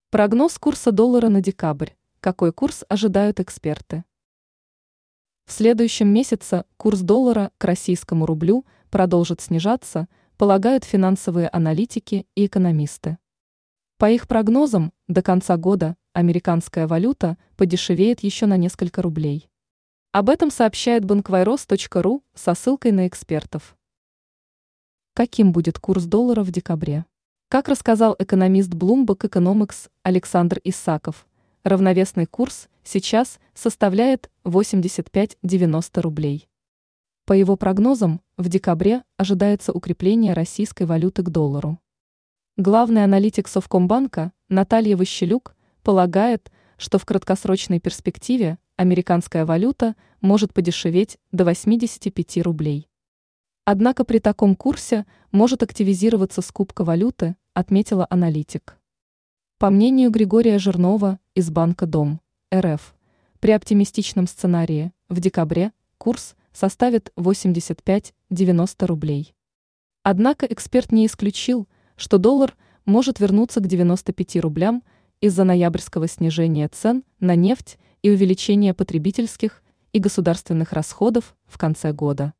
Прогноз курса доллара на декабрь. Какой курс ожидают эксперты? В следующем месяце курс доллара к российскому рублю продолжит снижаться, полагают финансовые аналитики и экономисты. По их прогнозам, до конца года американская валюта подешевеет еще на несколько рублей. Об этом сообщает bankvairos.ru со ссылкой на экспертов. Каким будет курс доллара в декабре? Как рассказал экономист Bloomberg Economics Александр Исаков, равновесный курс сейчас составляет 85-90 рублей. По его прогнозам, в декабре ожидается укрепление российской валюты к доллару. Главный аналитик Совкомбанка Наталья Ващелюк полагает, что в краткосрочной перспективе американская валюта может подешеветь до 85 рублей. Однако при таком курсе может активизироваться скупка валюты, отметила аналитик. По мнению Григория Жирнова из Банка Дом РФ, при оптимистичном сценарии в декабре курс составит 85-90 рублей. Однако эксперт не исключил, что доллар может вернуться к 95 рублям из-за ноябрьского снижения цен на нефть и увеличения потребительских и государственных расходов в конце года.